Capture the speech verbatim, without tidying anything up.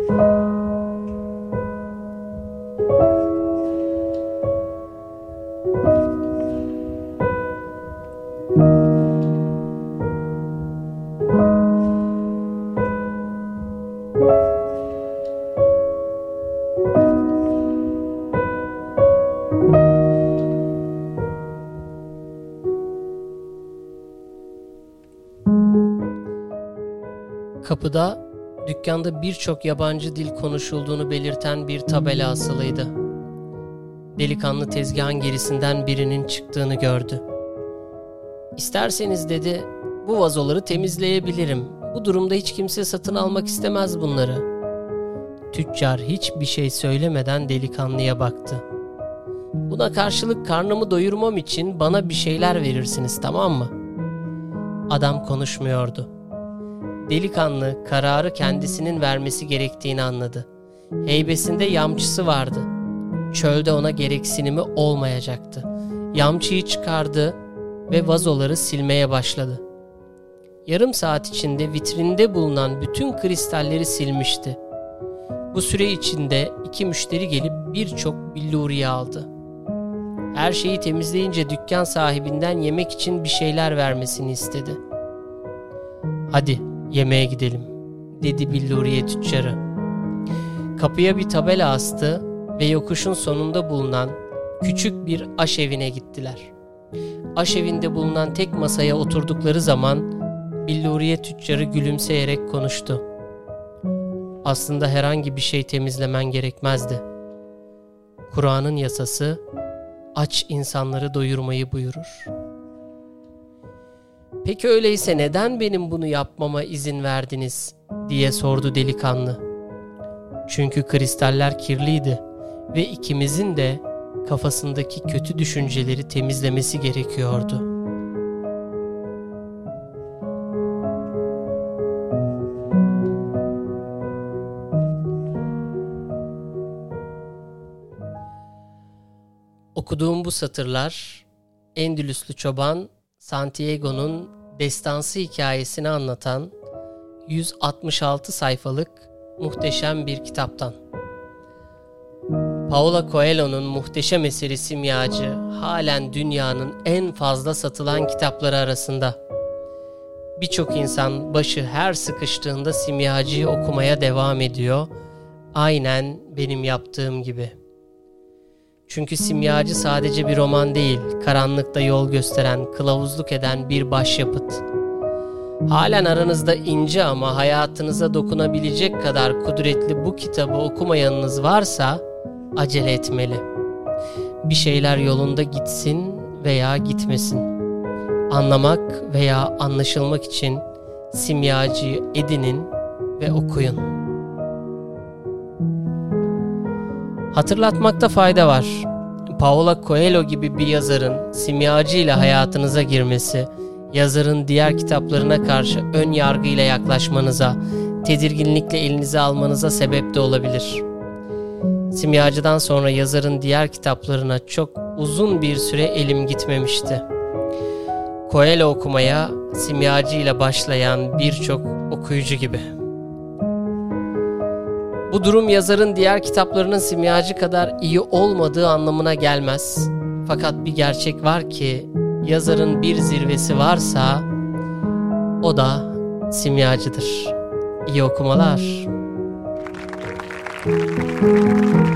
Kapıda, dükkanda birçok yabancı dil konuşulduğunu belirten bir tabela asılıydı. Delikanlı tezgahın gerisinden birinin çıktığını gördü. "İsterseniz," dedi, "bu vazoları temizleyebilirim. Bu durumda hiç kimse satın almak istemez bunları." Tüccar hiçbir şey söylemeden delikanlıya baktı. "Buna karşılık karnımı doyurmam için bana bir şeyler verirsiniz, tamam mı?" Adam konuşmuyordu. Delikanlı kararı kendisinin vermesi gerektiğini anladı. Heybesinde yamçısı vardı. Çölde ona gereksinimi olmayacaktı. Yamçıyı çıkardı ve vazoları silmeye başladı. Yarım saat içinde vitrinde bulunan bütün kristalleri silmişti. Bu süre içinde iki müşteri gelip birçok billuriye aldı. Her şeyi temizleyince dükkan sahibinden yemek için bir şeyler vermesini istedi. "Hadi yemeğe gidelim," dedi billuriye tüccarı. Kapıya bir tabela astı ve yokuşun sonunda bulunan küçük bir aşevine gittiler. Aşevinde bulunan tek masaya oturdukları zaman billuriye tüccarı gülümseyerek konuştu. "Aslında herhangi bir şey temizlemen gerekmezdi. Kur'an'ın yasası aç insanları doyurmayı buyurur." "Peki öyleyse neden benim bunu yapmama izin verdiniz?" diye sordu delikanlı. "Çünkü kristaller kirliydi ve ikimizin de kafasındaki kötü düşünceleri temizlemesi gerekiyordu." Okuduğum bu satırlar, Endülüslü çoban Santiago'nun destansı hikayesini anlatan yüz altmış altı sayfalık muhteşem bir kitaptan. Paulo Coelho'nun muhteşem eseri Simyacı halen dünyanın en fazla satılan kitapları arasında. Birçok insan başı her sıkıştığında Simyacı'yı okumaya devam ediyor, aynen benim yaptığım gibi. Çünkü Simyacı sadece bir roman değil, karanlıkta yol gösteren, kılavuzluk eden bir başyapıt. Halen aranızda ince ama hayatınıza dokunabilecek kadar kudretli bu kitabı okumayanınız varsa acele etmeli. Bir şeyler yolunda gitsin veya gitmesin. Anlamak veya anlaşılmak için Simyacı'yı edinin ve okuyun. Hatırlatmakta fayda var. Paulo Coelho gibi bir yazarın Simyacı ile hayatınıza girmesi, yazarın diğer kitaplarına karşı ön yargıyla yaklaşmanıza, tedirginlikle elinize almanıza sebep de olabilir. Simyacı'dan sonra yazarın diğer kitaplarına çok uzun bir süre elim gitmemişti. Coelho okumaya Simyacı ile başlayan birçok okuyucu gibi. Bu durum yazarın diğer kitaplarının Simyacı kadar iyi olmadığı anlamına gelmez. Fakat bir gerçek var ki yazarın bir zirvesi varsa o da Simyacı'dır. İyi okumalar.